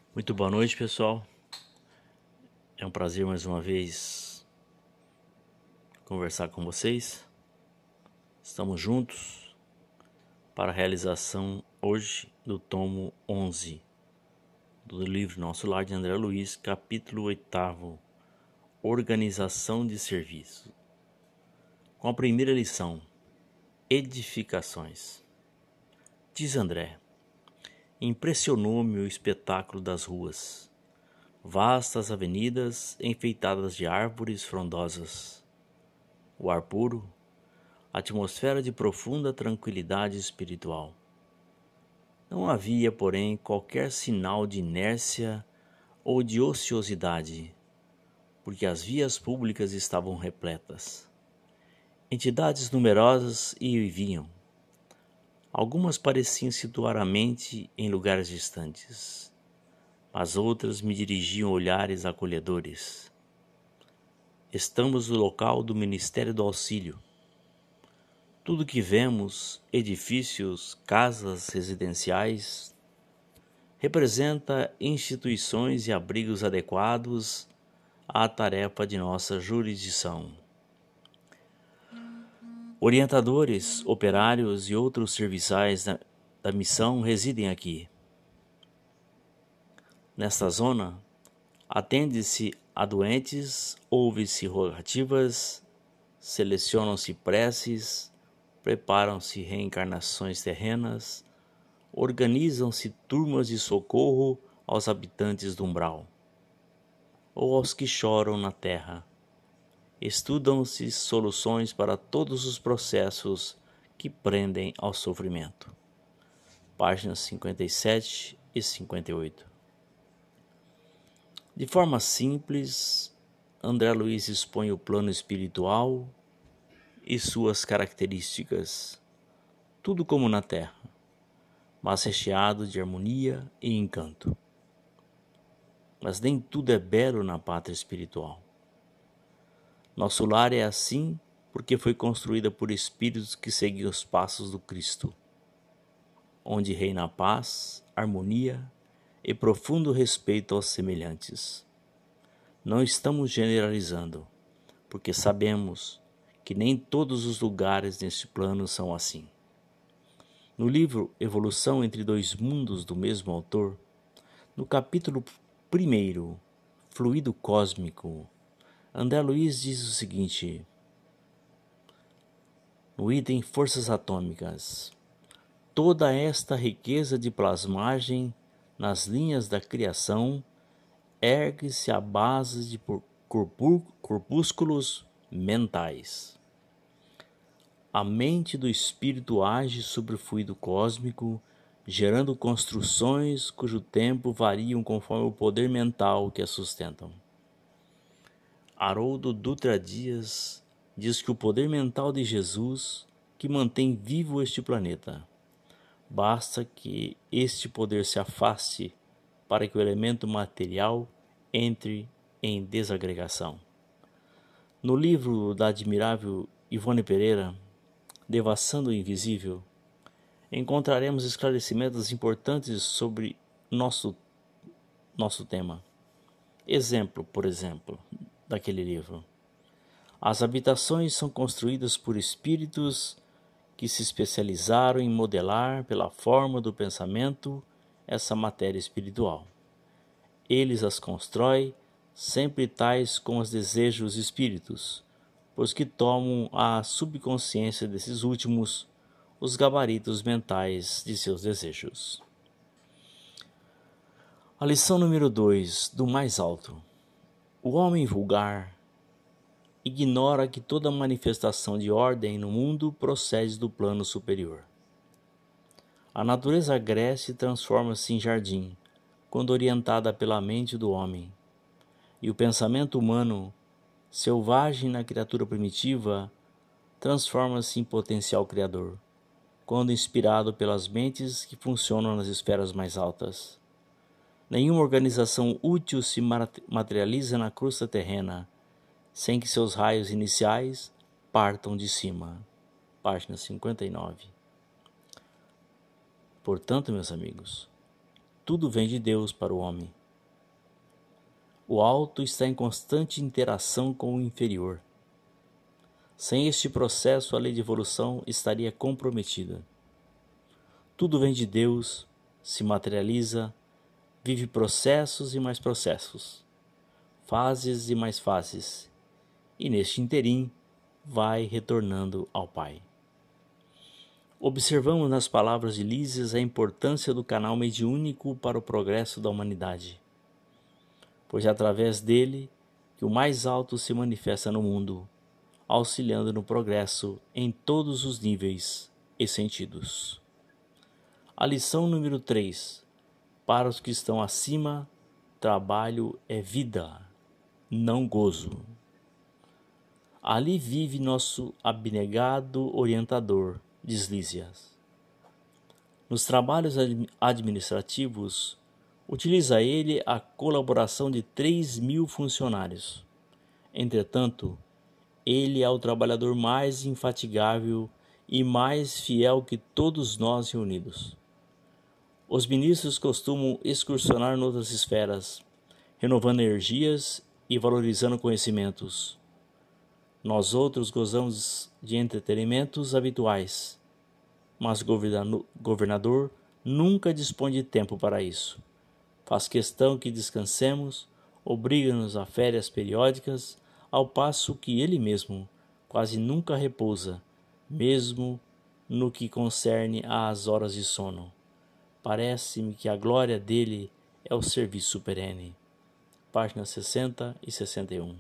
Muito boa noite, pessoal. É um prazer mais uma vez conversar com vocês. Estamos juntos para a realização hoje do tomo 11 do livro Nosso Lar de André Luiz, capítulo 8, Organização de Serviço. Com a primeira lição, Edificações. Diz André: impressionou-me o espetáculo das ruas. Vastas avenidas enfeitadas de árvores frondosas. O ar puro, atmosfera de profunda tranquilidade espiritual. Não havia, porém, qualquer sinal de inércia ou de ociosidade, porque as vias públicas estavam repletas. Entidades numerosas iam e vinham. Algumas pareciam situar a mente em lugares distantes, mas outras me dirigiam olhares acolhedores. Estamos no local do Ministério do Auxílio. Tudo que vemos, edifícios, casas residenciais, representa instituições e abrigos adequados à tarefa de nossa jurisdição. Orientadores, operários e outros serviçais da missão residem aqui. Nesta zona, atende-se a doentes, ouve-se rogativas, selecionam-se preces, preparam-se reencarnações terrenas, organizam-se turmas de socorro aos habitantes do umbral, ou aos que choram na terra. Estudam-se soluções para todos os processos que prendem ao sofrimento. Páginas 57 e 58. De forma simples, André Luiz expõe o plano espiritual e suas características, tudo como na terra, mas recheado de harmonia e encanto. Mas nem tudo é belo na pátria espiritual. Nosso lar é assim porque foi construída por espíritos que seguem os passos do Cristo, onde reina a paz, harmonia e profundo respeito aos semelhantes. Não estamos generalizando, porque sabemos que nem todos os lugares neste plano são assim. No livro Evolução entre Dois Mundos, do mesmo autor, no capítulo 1, Fluido Cósmico, André Luiz diz o seguinte, no item Forças Atômicas: toda esta riqueza de plasmagem nas linhas da criação ergue-se à base de corpúsculos mentais. A mente do espírito age sobre o fluido cósmico, gerando construções cujo tempo variam conforme o poder mental que as sustentam. Haroldo Dutra Dias diz que o poder mental de Jesus que mantém vivo este planeta. Basta que este poder se afaste para que o elemento material entre em desagregação. No livro da admirável Ivone Pereira, Devassando o Invisível, encontraremos esclarecimentos importantes sobre nosso tema. Por exemplo, daquele livro. As habitações são construídas por espíritos que se especializaram em modelar pela forma do pensamento essa matéria espiritual. Eles as constroem sempre tais com os desejos espíritos, pois que tomam a subconsciência desses últimos os gabaritos mentais de seus desejos. A lição número 2, do mais alto. O homem vulgar ignora que toda manifestação de ordem no mundo procede do plano superior. A natureza agreste transforma-se em jardim, quando orientada pela mente do homem, e o pensamento humano, selvagem na criatura primitiva, transforma-se em potencial criador, quando inspirado pelas mentes que funcionam nas esferas mais altas. Nenhuma organização útil se materializa na crosta terrena, sem que seus raios iniciais partam de cima. Página 59. Portanto, meus amigos, tudo vem de Deus para o homem, O alto está em constante interação com o inferior. Sem este processo, a lei de evolução estaria comprometida. Tudo vem de Deus, se materializa, vive processos e mais processos, fases e mais fases, e neste interim vai retornando ao Pai. Observamos nas palavras de Lísias a importância do canal mediúnico para o progresso da humanidade, pois é através dele que o mais alto se manifesta no mundo, auxiliando no progresso em todos os níveis e sentidos. A lição número 3. Para os que estão acima, trabalho é vida, não gozo. Ali vive nosso abnegado orientador, diz Lísias. Nos trabalhos administrativos, utiliza ele a colaboração de 3.000 funcionários. Entretanto, ele é o trabalhador mais infatigável e mais fiel que todos nós reunidos. Os ministros costumam excursionar noutras esferas, renovando energias e valorizando conhecimentos. Nós outros gozamos de entretenimentos habituais, mas o governador nunca dispõe de tempo para isso. Faz questão que descansemos, obriga-nos a férias periódicas, ao passo que ele mesmo quase nunca repousa, mesmo no que concerne às horas de sono. Parece-me que a glória dele é o serviço perene. Páginas 60 e 61.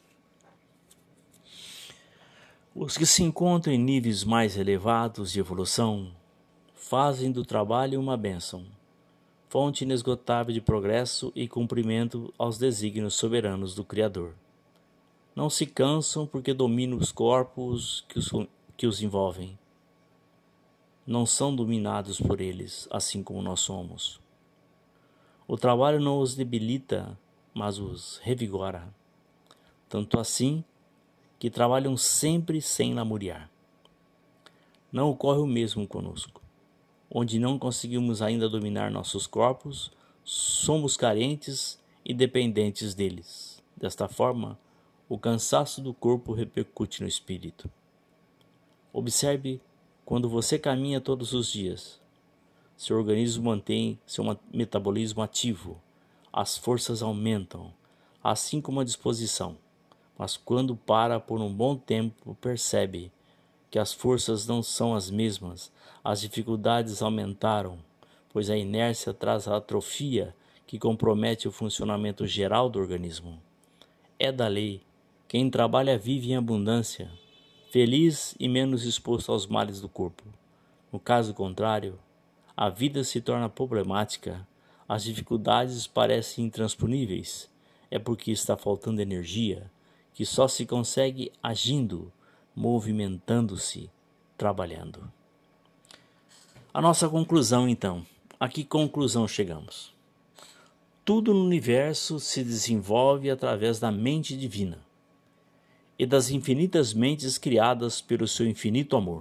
Os que se encontram em níveis mais elevados de evolução fazem do trabalho uma bênção, fonte inesgotável de progresso e cumprimento aos desígnios soberanos do Criador. Não se cansam porque dominam os corpos que os envolvem. Não são dominados por eles, assim como nós somos. O trabalho não os debilita, mas os revigora. Tanto assim que trabalham sempre sem lamuriar. Não ocorre o mesmo conosco. Onde não conseguimos ainda dominar nossos corpos, somos carentes e dependentes deles. Desta forma, o cansaço do corpo repercute no espírito. Observe quando você caminha todos os dias. Seu organismo mantém seu metabolismo ativo, as forças aumentam, assim como a disposição. Mas quando para por um bom tempo, percebe que as forças não são as mesmas, as dificuldades aumentaram, pois a inércia traz a atrofia que compromete o funcionamento geral do organismo. É da lei, quem trabalha vive em abundância, feliz e menos exposto aos males do corpo. No caso contrário, a vida se torna problemática, as dificuldades parecem intransponíveis, é porque está faltando energia, que só se consegue agindo, movimentando-se, trabalhando. A nossa conclusão, então. A que conclusão chegamos? Tudo no universo se desenvolve através da mente divina e das infinitas mentes criadas pelo seu infinito amor.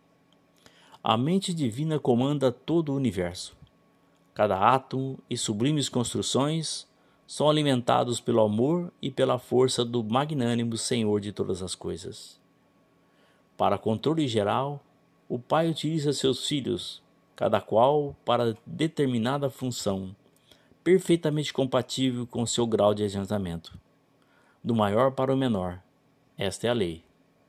A mente divina comanda todo o universo. Cada átomo e sublimes construções são alimentados pelo amor e pela força do magnânimo Senhor de todas as coisas. Para controle geral, o Pai utiliza seus filhos, cada qual para determinada função, perfeitamente compatível com seu grau de adiantamento, do maior para o menor. Esta é a lei.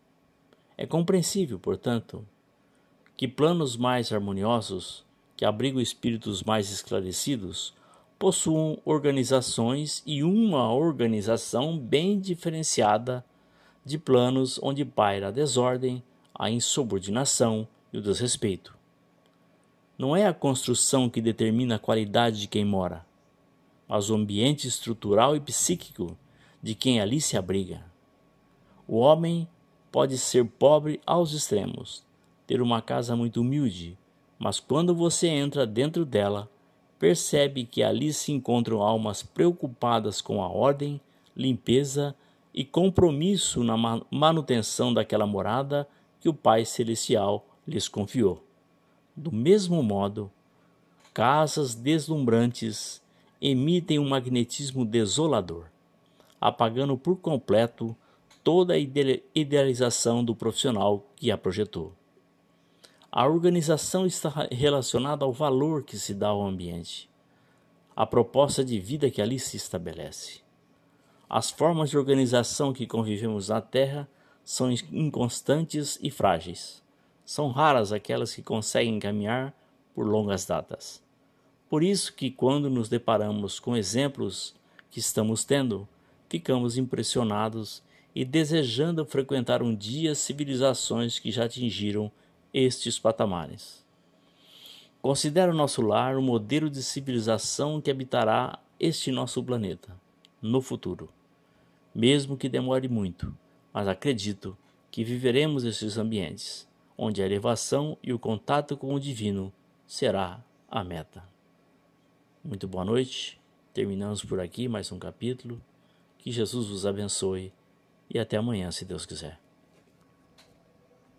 É compreensível, portanto, que planos mais harmoniosos, que abrigam espíritos mais esclarecidos, possuam organizações e uma organização bem diferenciada de planos onde paira a desordem, a insubordinação e o desrespeito. Não é a construção que determina a qualidade de quem mora, mas o ambiente estrutural e psíquico de quem ali se abriga. O homem pode ser pobre aos extremos, ter uma casa muito humilde, mas quando você entra dentro dela, percebe que ali se encontram almas preocupadas com a ordem, limpeza e compromisso na manutenção daquela morada que o Pai Celestial lhes confiou. Do mesmo modo, casas deslumbrantes emitem um magnetismo desolador. apagando por completo toda a idealização do profissional que a projetou. A organização está relacionada ao valor que se dá ao ambiente, à proposta de vida que ali se estabelece. As formas de organização que convivemos na Terra são inconstantes e frágeis. São raras aquelas que conseguem caminhar por longas datas. Por isso que quando nos deparamos com exemplos que estamos tendo, ficamos impressionados e desejando frequentar um dia civilizações que já atingiram estes patamares. Considero nosso lar um modelo de civilização que habitará este nosso planeta no futuro, mesmo que demore muito, mas acredito que viveremos esses ambientes, onde a elevação e o contato com o divino será a meta. Muito boa noite, terminamos por aqui mais um capítulo, que Jesus vos abençoe e até amanhã, se Deus quiser.